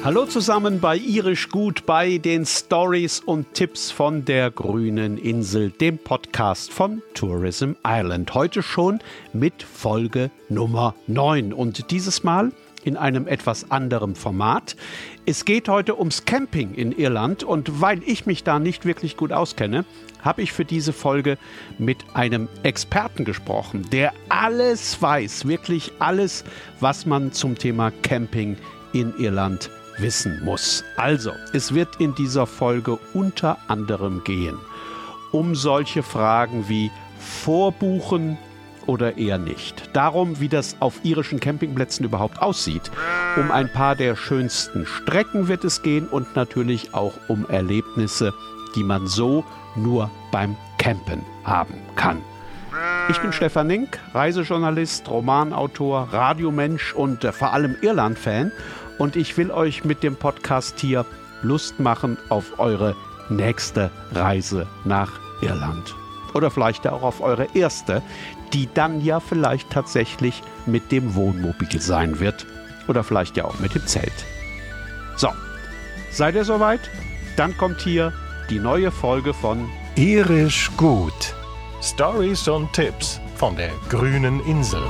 Hallo zusammen bei Irisch Gut, bei den Stories und Tipps von der grünen Insel, dem Podcast von Tourism Ireland. Heute schon mit Folge Nummer 9 und dieses Mal in einem etwas anderen Format. Es geht heute ums Camping in Irland und weil ich mich da nicht wirklich gut auskenne, habe ich für diese Folge mit einem Experten gesprochen, der alles weiß, wirklich alles, was man zum Thema Camping in Irland wissen muss. Also, es wird in dieser Folge unter anderem gehen um solche Fragen wie Vorbuchen oder eher nicht. Darum, wie das auf irischen Campingplätzen überhaupt aussieht. Um ein paar der schönsten Strecken wird es gehen und natürlich auch um Erlebnisse, die man so nur beim Campen haben kann. Ich bin Stefan Nink, Reisejournalist, Romanautor, Radiomensch und vor allem Irland-Fan. Und ich will euch mit dem Podcast hier Lust machen auf eure nächste Reise nach Irland. Oder vielleicht auch auf eure erste, die dann ja vielleicht tatsächlich mit dem Wohnmobil sein wird. Oder vielleicht ja auch mit dem Zelt. So, seid ihr soweit? Dann kommt hier die neue Folge von Irisch Gut. Stories und Tipps von der grünen Insel.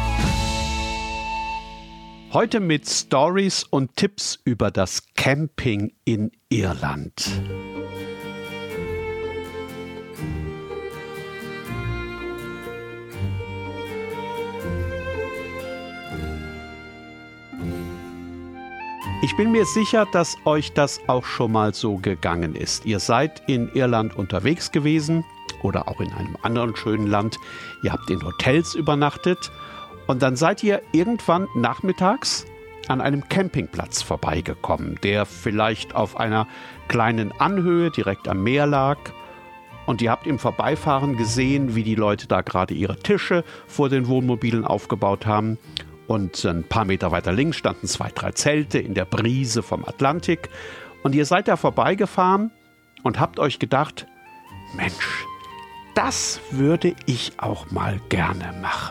Heute mit Stories und Tipps über das Camping in Irland. Ich bin mir sicher, dass euch das auch schon mal so gegangen ist. Ihr seid in Irland unterwegs gewesen oder auch in einem anderen schönen Land. Ihr habt in Hotels übernachtet. Und dann seid ihr irgendwann nachmittags an einem Campingplatz vorbeigekommen, der vielleicht auf einer kleinen Anhöhe direkt am Meer lag. Und ihr habt im Vorbeifahren gesehen, wie die Leute da gerade ihre Tische vor den Wohnmobilen aufgebaut haben. Und ein paar Meter weiter links standen 2, 3 Zelte in der Brise vom Atlantik. Und ihr seid da vorbeigefahren und habt euch gedacht, Mensch, das würde ich auch mal gerne machen.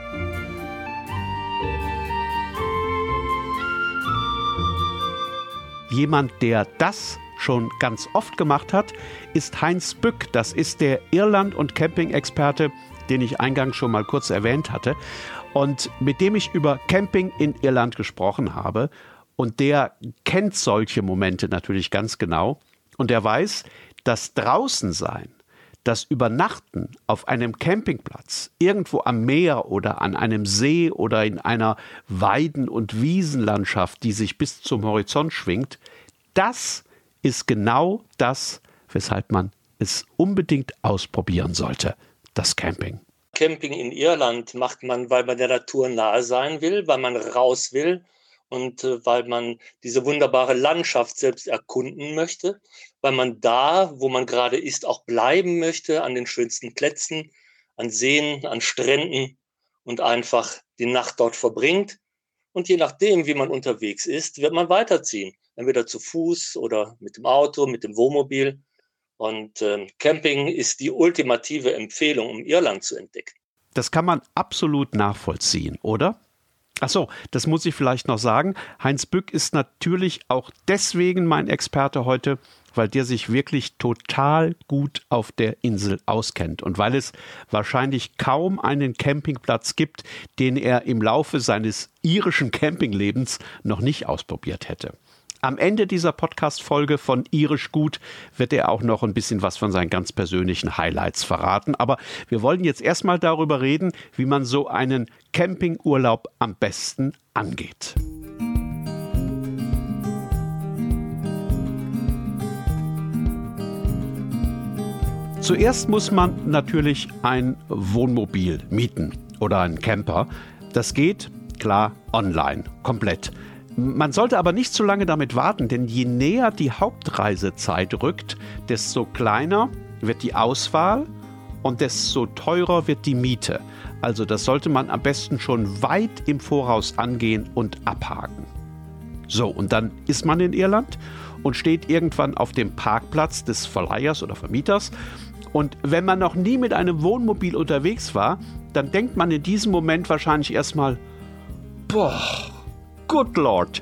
Jemand, der das schon ganz oft gemacht hat, ist Heinz Bück. Das ist der Irland- und Camping-Experte, den ich eingangs schon mal kurz erwähnt hatte und mit dem ich über Camping in Irland gesprochen habe. Und der kennt solche Momente natürlich ganz genau. Und er weiß, dass draußen sein, das Übernachten auf einem Campingplatz, irgendwo am Meer oder an einem See oder in einer Weiden- und Wiesenlandschaft, die sich bis zum Horizont schwingt, das ist genau das, weshalb man es unbedingt ausprobieren sollte, das Camping. Camping in Irland macht man, weil man der Natur nahe sein will, weil man raus will und weil man diese wunderbare Landschaft selbst erkunden möchte, weil man da, wo man gerade ist, auch bleiben möchte, an den schönsten Plätzen, an Seen, an Stränden und einfach die Nacht dort verbringt. Und je nachdem, wie man unterwegs ist, wird man weiterziehen. Entweder zu Fuß oder mit dem Auto, mit dem Wohnmobil. Und Camping ist die ultimative Empfehlung, um Irland zu entdecken. Das kann man absolut nachvollziehen, oder? Achso, das muss ich vielleicht noch sagen. Heinz Bück ist natürlich auch deswegen mein Experte heute, weil der sich wirklich total gut auf der Insel auskennt und weil es wahrscheinlich kaum einen Campingplatz gibt, den er im Laufe seines irischen Campinglebens noch nicht ausprobiert hätte. Am Ende dieser Podcast-Folge von Irisch Gut wird er auch noch ein bisschen was von seinen ganz persönlichen Highlights verraten. Aber wir wollen jetzt erstmal darüber reden, wie man so einen Campingurlaub am besten angeht. Zuerst muss man natürlich ein Wohnmobil mieten oder einen Camper. Das geht, klar, online, komplett. Man sollte aber nicht zu lange damit warten, denn je näher die Hauptreisezeit rückt, desto kleiner wird die Auswahl und desto teurer wird die Miete. Also das sollte man am besten schon weit im Voraus angehen und abhaken. So, und dann ist man in Irland und steht irgendwann auf dem Parkplatz des Verleihers oder Vermieters. Und wenn man noch nie mit einem Wohnmobil unterwegs war, dann denkt man in diesem Moment wahrscheinlich erstmal, boah, good Lord,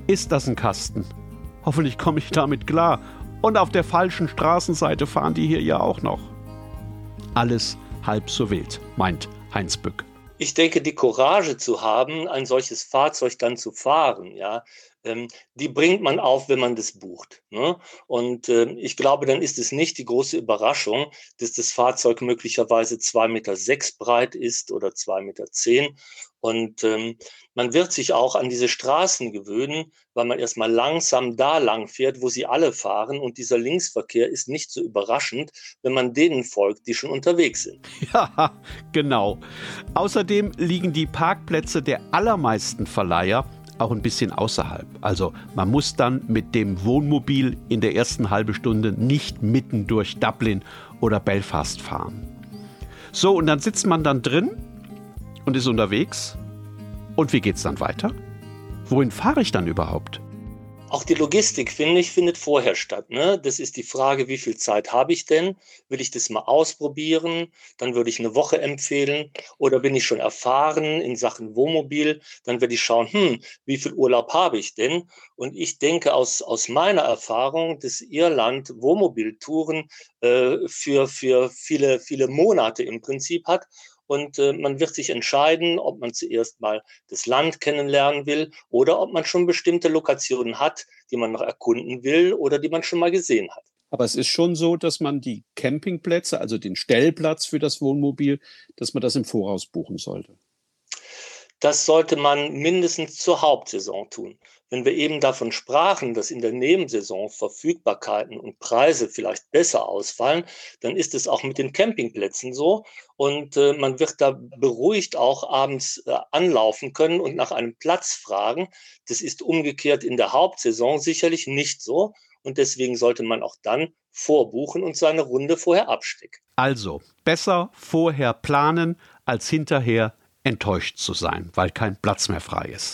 Ist das ein Kasten? Hoffentlich komme ich damit klar. Und auf der falschen Straßenseite fahren die hier ja auch noch. Alles halb so wild, meint Heinz Bück. Ich denke, die Courage zu haben, ein solches Fahrzeug dann zu fahren, ja, die bringt man auf, wenn man das bucht. Ne? Und ich glaube, dann ist es nicht die große Überraschung, dass das Fahrzeug möglicherweise 2,6 Meter breit ist oder 2,10 Meter. Und man wird sich auch an diese Straßen gewöhnen, weil man erstmal langsam da lang fährt, wo sie alle fahren. Und dieser Linksverkehr ist nicht so überraschend, wenn man denen folgt, die schon unterwegs sind. Ja, genau. Außerdem liegen die Parkplätze der allermeisten Verleiher auch ein bisschen außerhalb. Also man muss dann mit dem Wohnmobil in der ersten halben Stunde nicht mitten durch Dublin oder Belfast fahren. So, und dann sitzt man dann drin und ist unterwegs. Und wie geht's dann weiter? Wohin fahre ich dann überhaupt? Auch die Logistik, finde ich, findet vorher statt. Ne? Das ist die Frage, wie viel Zeit habe ich denn? Will ich das mal ausprobieren? Dann würde ich eine Woche empfehlen. Oder bin ich schon erfahren in Sachen Wohnmobil? Dann werde ich schauen, wie viel Urlaub habe ich denn? Und ich denke aus meiner Erfahrung, dass Irland Wohnmobiltouren für viele, viele Monate im Prinzip hat. Und man wird sich entscheiden, ob man zuerst mal das Land kennenlernen will oder ob man schon bestimmte Lokationen hat, die man noch erkunden will oder die man schon mal gesehen hat. Aber es ist schon so, dass man die Campingplätze, also den Stellplatz für das Wohnmobil, dass man das im Voraus buchen sollte. Das sollte man mindestens zur Hauptsaison tun. Wenn wir eben davon sprachen, dass in der Nebensaison Verfügbarkeiten und Preise vielleicht besser ausfallen, dann ist es auch mit den Campingplätzen so. Und man wird da beruhigt auch abends anlaufen können und nach einem Platz fragen. Das ist umgekehrt in der Hauptsaison sicherlich nicht so. Und deswegen sollte man auch dann vorbuchen und seine Runde vorher abstecken. Also besser vorher planen, als hinterher enttäuscht zu sein, weil kein Platz mehr frei ist.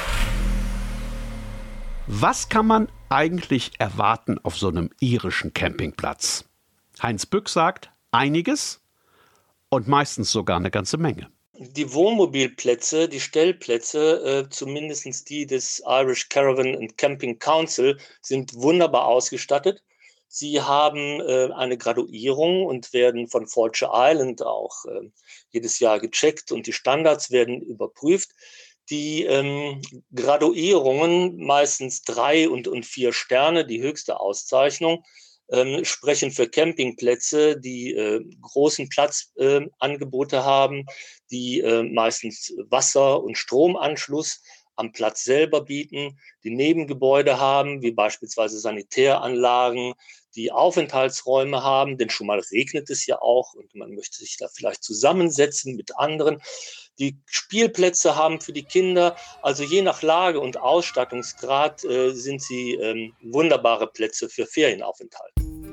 Was kann man eigentlich erwarten auf so einem irischen Campingplatz? Heinz Bück sagt, einiges und meistens sogar eine ganze Menge. Die Wohnmobilplätze, die Stellplätze, zumindest die des Irish Caravan and Camping Council, sind wunderbar ausgestattet. Sie haben eine Graduierung und werden von Fulcher Island auch jedes Jahr gecheckt und die Standards werden überprüft. Die Graduierungen, meistens 3 und 4 Sterne, die höchste Auszeichnung, sprechen für Campingplätze, die großen Platzangebote haben, die meistens Wasser- und Stromanschluss am Platz selber bieten, die Nebengebäude haben, wie beispielsweise Sanitäranlagen, die Aufenthaltsräume haben, denn schon mal regnet es ja auch und man möchte sich da vielleicht zusammensetzen mit anderen. Die Spielplätze haben für die Kinder, also je nach Lage und Ausstattungsgrad sind sie wunderbare Plätze für Ferienaufenthalt.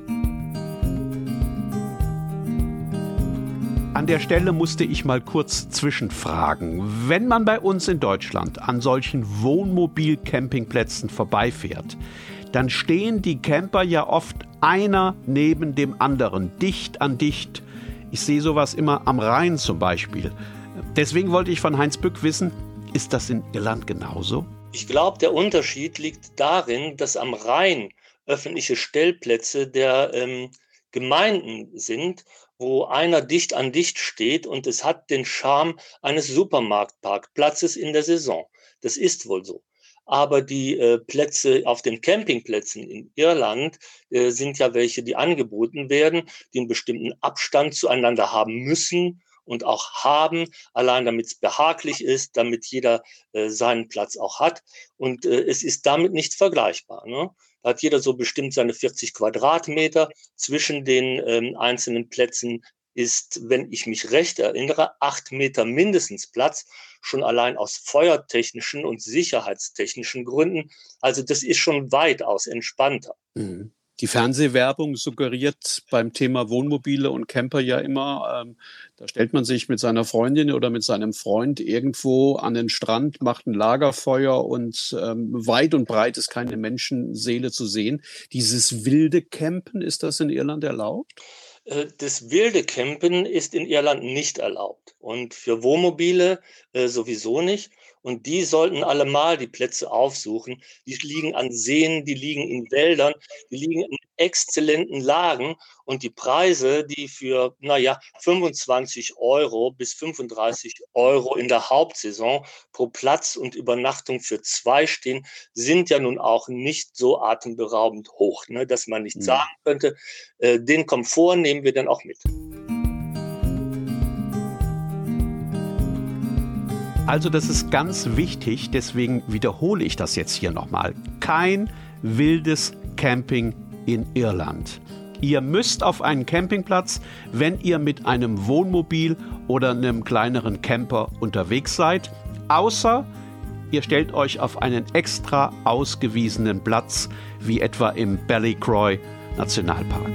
An der Stelle musste ich mal kurz zwischenfragen. Wenn man bei uns in Deutschland an solchen Wohnmobil-Campingplätzen vorbeifährt, dann stehen die Camper ja oft einer neben dem anderen, dicht an dicht. Ich sehe sowas immer am Rhein zum Beispiel. Deswegen wollte ich von Heinz Bück wissen, ist das in Irland genauso? Ich glaube, der Unterschied liegt darin, dass am Rhein öffentliche Stellplätze der Gemeinden sind, wo einer dicht an dicht steht und es hat den Charme eines Supermarktparkplatzes in der Saison. Das ist wohl so. Aber die Plätze auf den Campingplätzen in Irland sind ja welche, die angeboten werden, die einen bestimmten Abstand zueinander haben müssen und auch haben, allein damit es behaglich ist, damit jeder seinen Platz auch hat. Und es ist damit nicht vergleichbar. Ne? Da hat jeder so bestimmt seine 40 Quadratmeter. Zwischen den einzelnen Plätzen ist, wenn ich mich recht erinnere, 8 Meter mindestens Platz, schon allein aus feuertechnischen und sicherheitstechnischen Gründen. Also das ist schon weitaus entspannter. Die Fernsehwerbung suggeriert beim Thema Wohnmobile und Camper ja immer, da stellt man sich mit seiner Freundin oder mit seinem Freund irgendwo an den Strand, macht ein Lagerfeuer und weit und breit ist keine Menschenseele zu sehen. Dieses wilde Campen, ist das in Irland erlaubt? Das wilde Campen ist in Irland nicht erlaubt und für Wohnmobile sowieso nicht. Und die sollten allemal die Plätze aufsuchen. Die liegen an Seen, die liegen in Wäldern, die liegen in exzellenten Lagen. Und die Preise, die für 25 Euro bis 35 Euro in der Hauptsaison pro Platz und Übernachtung für 2 stehen, sind ja nun auch nicht so atemberaubend hoch, ne, dass man nicht sagen könnte, den Komfort nehmen wir dann auch mit. Also das ist ganz wichtig, deswegen wiederhole ich das jetzt hier nochmal. Kein wildes Camping in Irland. Ihr müsst auf einen Campingplatz, wenn ihr mit einem Wohnmobil oder einem kleineren Camper unterwegs seid, außer ihr stellt euch auf einen extra ausgewiesenen Platz, wie etwa im Ballycroy Nationalpark.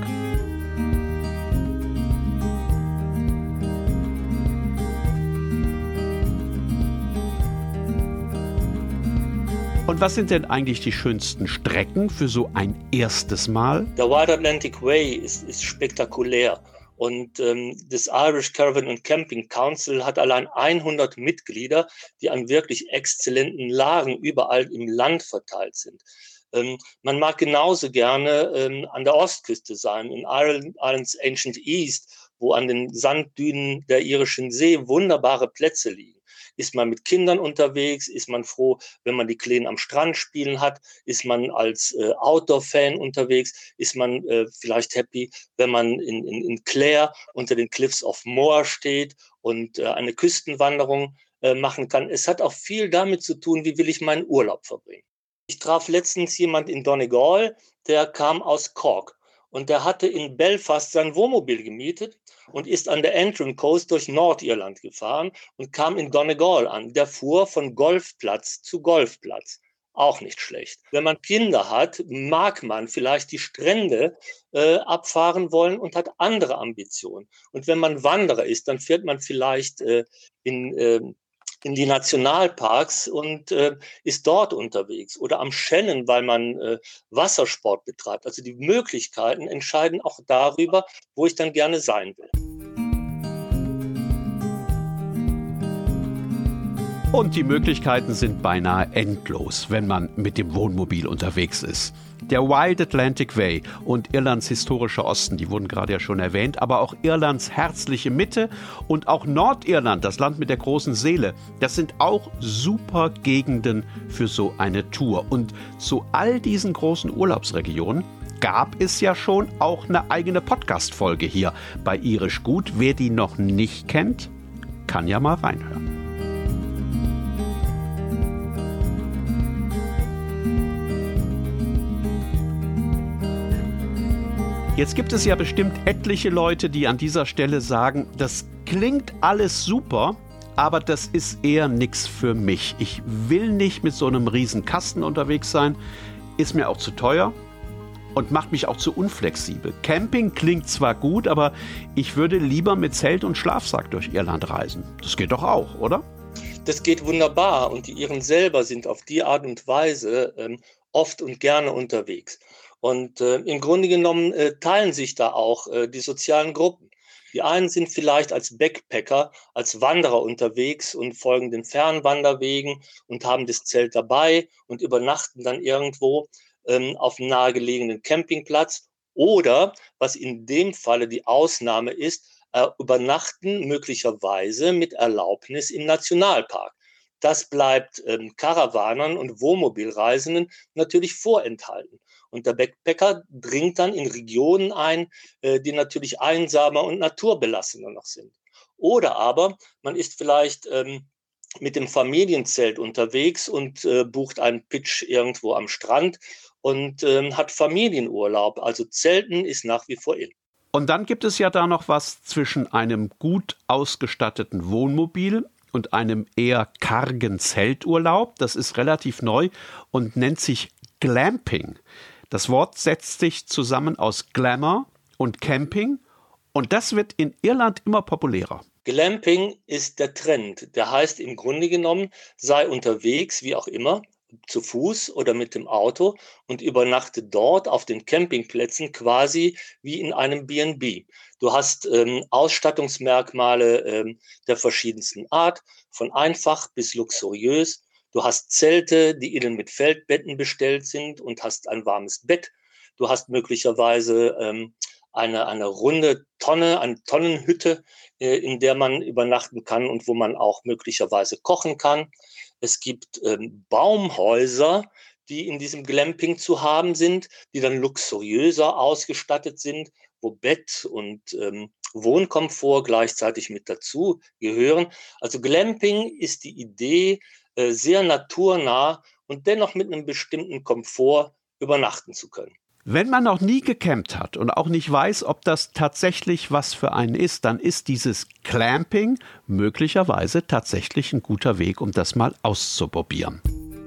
Und was sind denn eigentlich die schönsten Strecken für so ein erstes Mal? Der Wide Atlantic Way ist spektakulär. Und das Irish Caravan and Camping Council hat allein 100 Mitglieder, die an wirklich exzellenten Lagen überall im Land verteilt sind. Man mag genauso gerne an der Ostküste sein, in Ireland's Ancient East, wo an den Sanddünen der irischen See wunderbare Plätze liegen. Ist man mit Kindern unterwegs? Ist man froh, wenn man die Kleinen am Strand spielen hat? Ist man als Outdoor-Fan unterwegs? Ist man vielleicht happy, wenn man in Clare unter den Cliffs of Moher steht und eine Küstenwanderung machen kann? Es hat auch viel damit zu tun, wie will ich meinen Urlaub verbringen. Ich traf letztens jemand in Donegal, der kam aus Cork. Und der hatte in Belfast sein Wohnmobil gemietet und ist an der Antrim Coast durch Nordirland gefahren und kam in Donegal an. Der fuhr von Golfplatz zu Golfplatz. Auch nicht schlecht. Wenn man Kinder hat, mag man vielleicht die Strände abfahren wollen und hat andere Ambitionen. Und wenn man Wanderer ist, dann fährt man vielleicht in die Nationalparks und ist dort unterwegs oder am Shannon, weil man Wassersport betreibt. Also die Möglichkeiten entscheiden auch darüber, wo ich dann gerne sein will. Und die Möglichkeiten sind beinahe endlos, wenn man mit dem Wohnmobil unterwegs ist. Der Wild Atlantic Way und Irlands historischer Osten, die wurden gerade ja schon erwähnt, aber auch Irlands herzliche Mitte und auch Nordirland, das Land mit der großen Seele, das sind auch super Gegenden für so eine Tour. Und zu all diesen großen Urlaubsregionen gab es ja schon auch eine eigene Podcast-Folge hier bei Irisch Gut. Wer die noch nicht kennt, kann ja mal reinhören. Jetzt gibt es ja bestimmt etliche Leute, die an dieser Stelle sagen, das klingt alles super, aber das ist eher nichts für mich. Ich will nicht mit so einem riesen Kasten unterwegs sein, ist mir auch zu teuer und macht mich auch zu unflexibel. Camping klingt zwar gut, aber ich würde lieber mit Zelt und Schlafsack durch Irland reisen. Das geht doch auch, oder? Das geht wunderbar und die Iren selber sind auf die Art und Weise oft und gerne unterwegs. Und im Grunde genommen teilen sich da auch die sozialen Gruppen. Die einen sind vielleicht als Backpacker, als Wanderer unterwegs und folgen den Fernwanderwegen und haben das Zelt dabei und übernachten dann irgendwo auf einem nahegelegenen Campingplatz. Oder, was in dem Falle die Ausnahme ist, übernachten möglicherweise mit Erlaubnis im Nationalpark. Das bleibt Karawanern und Wohnmobilreisenden natürlich vorenthalten. Und der Backpacker dringt dann in Regionen ein, die natürlich einsamer und naturbelassener noch sind. Oder aber man ist vielleicht mit dem Familienzelt unterwegs und bucht einen Pitch irgendwo am Strand und hat Familienurlaub. Also Zelten ist nach wie vor in. Und dann gibt es ja da noch was zwischen einem gut ausgestatteten Wohnmobil und einem eher kargen Zelturlaub. Das ist relativ neu und nennt sich Glamping. Das Wort setzt sich zusammen aus Glamour und Camping und das wird in Irland immer populärer. Glamping ist der Trend. Der heißt im Grunde genommen, sei unterwegs, wie auch immer, zu Fuß oder mit dem Auto und übernachte dort auf den Campingplätzen quasi wie in einem B&B. Du hast Ausstattungsmerkmale der verschiedensten Art, von einfach bis luxuriös. Du hast Zelte, die innen mit Feldbetten bestellt sind und hast ein warmes Bett. Du hast möglicherweise eine runde Tonne, eine Tonnenhütte, in der man übernachten kann und wo man auch möglicherweise kochen kann. Es gibt Baumhäuser, die in diesem Glamping zu haben sind, die dann luxuriöser ausgestattet sind, wo Bett und Wohnkomfort gleichzeitig mit dazu gehören. Also Glamping ist die Idee, sehr naturnah und dennoch mit einem bestimmten Komfort übernachten zu können. Wenn man noch nie gecampt hat und auch nicht weiß, ob das tatsächlich was für einen ist, dann ist dieses Glamping möglicherweise tatsächlich ein guter Weg, um das mal auszuprobieren.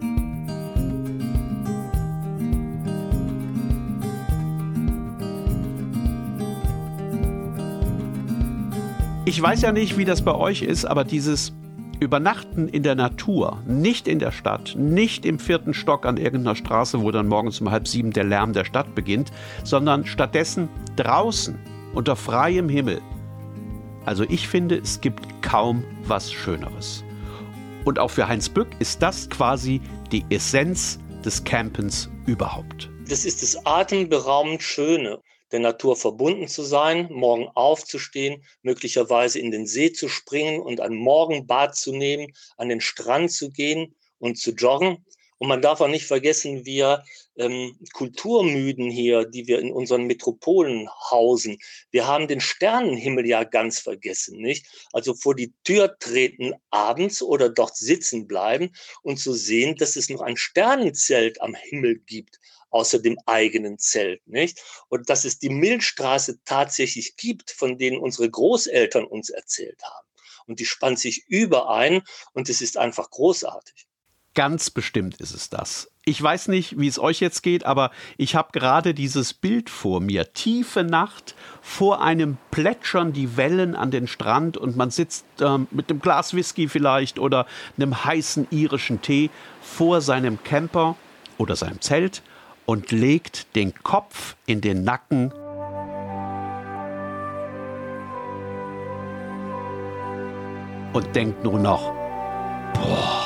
Ich weiß ja nicht, wie das bei euch ist, aber dieses Übernachten in der Natur, nicht in der Stadt, nicht im 4. Stock an irgendeiner Straße, wo dann morgens um 6:30 der Lärm der Stadt beginnt, sondern stattdessen draußen, unter freiem Himmel. Also ich finde, es gibt kaum was Schöneres. Und auch für Heinz Bück ist das quasi die Essenz des Campens überhaupt. Das ist das atemberaubend Schöne, der Natur verbunden zu sein, morgen aufzustehen, möglicherweise in den See zu springen und ein Morgenbad zu nehmen, an den Strand zu gehen und zu joggen. Und man darf auch nicht vergessen, wir Kulturmüden hier, die wir in unseren Metropolen hausen, wir haben den Sternenhimmel ja ganz vergessen, nicht? Also vor die Tür treten abends oder dort sitzen bleiben und zu sehen, dass es noch ein Sternenzelt am Himmel gibt, außer dem eigenen Zelt, nicht? Und dass es die Milchstraße tatsächlich gibt, von denen unsere Großeltern uns erzählt haben. Und die spannt sich überein und es ist einfach großartig. Ganz bestimmt ist es das. Ich weiß nicht, wie es euch jetzt geht, aber ich habe gerade dieses Bild vor mir. Tiefe Nacht, vor einem plätschern die Wellen an den Strand und man sitzt mit einem Glas Whisky vielleicht oder einem heißen irischen Tee vor seinem Camper oder seinem Zelt und legt den Kopf in den Nacken und denkt nur noch, boah.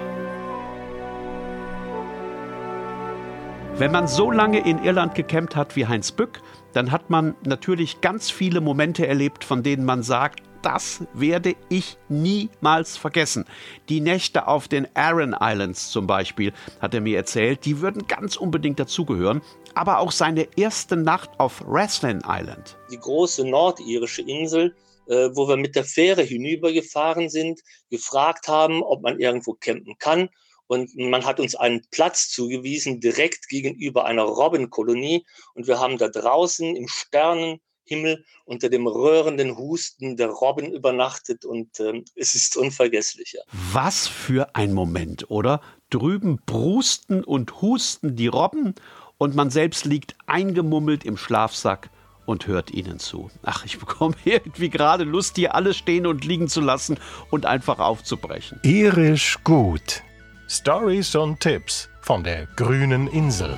Wenn man so lange in Irland gecampt hat wie Heinz Bück, dann hat man natürlich ganz viele Momente erlebt, von denen man sagt, das werde ich niemals vergessen. Die Nächte auf den Aran Islands zum Beispiel, hat er mir erzählt, die würden ganz unbedingt dazugehören. Aber auch seine erste Nacht auf Rathlin Island. Die große nordirische Insel, wo wir mit der Fähre hinübergefahren sind, gefragt haben, ob man irgendwo campen kann. Und man hat uns einen Platz zugewiesen, direkt gegenüber einer Robbenkolonie. Und wir haben da draußen im Sternenhimmel unter dem röhrenden Husten der Robben übernachtet. Und es ist unvergesslich. Ja. Was für ein Moment, oder? Drüben brusten und husten die Robben und man selbst liegt eingemummelt im Schlafsack und hört ihnen zu. Ach, ich bekomme irgendwie gerade Lust, hier alles stehen und liegen zu lassen und einfach aufzubrechen. Irisch gut. Stories und Tipps von der grünen Insel.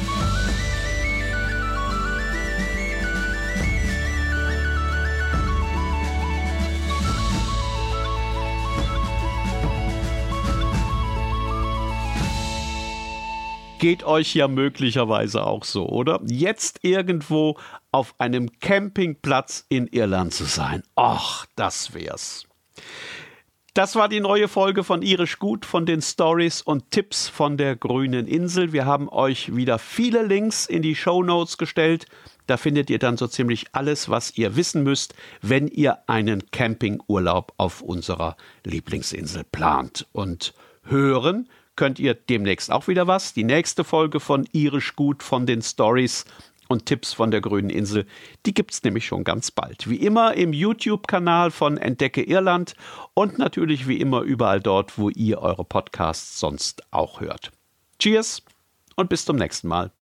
Geht euch ja möglicherweise auch so, oder? Jetzt irgendwo auf einem Campingplatz in Irland zu sein. Ach, das wär's. Das war die neue Folge von Irisch Gut, von den Stories und Tipps von der grünen Insel. Wir haben euch wieder viele Links in die Shownotes gestellt. Da findet ihr dann so ziemlich alles, was ihr wissen müsst, wenn ihr einen Campingurlaub auf unserer Lieblingsinsel plant. Und hören könnt ihr demnächst auch wieder was. Die nächste Folge von Irisch Gut, von den Stories und Tipps von der grünen Insel, die gibt's nämlich schon ganz bald. Wie immer im YouTube-Kanal von Entdecke Irland und natürlich wie immer überall dort, wo ihr eure Podcasts sonst auch hört. Cheers und bis zum nächsten Mal.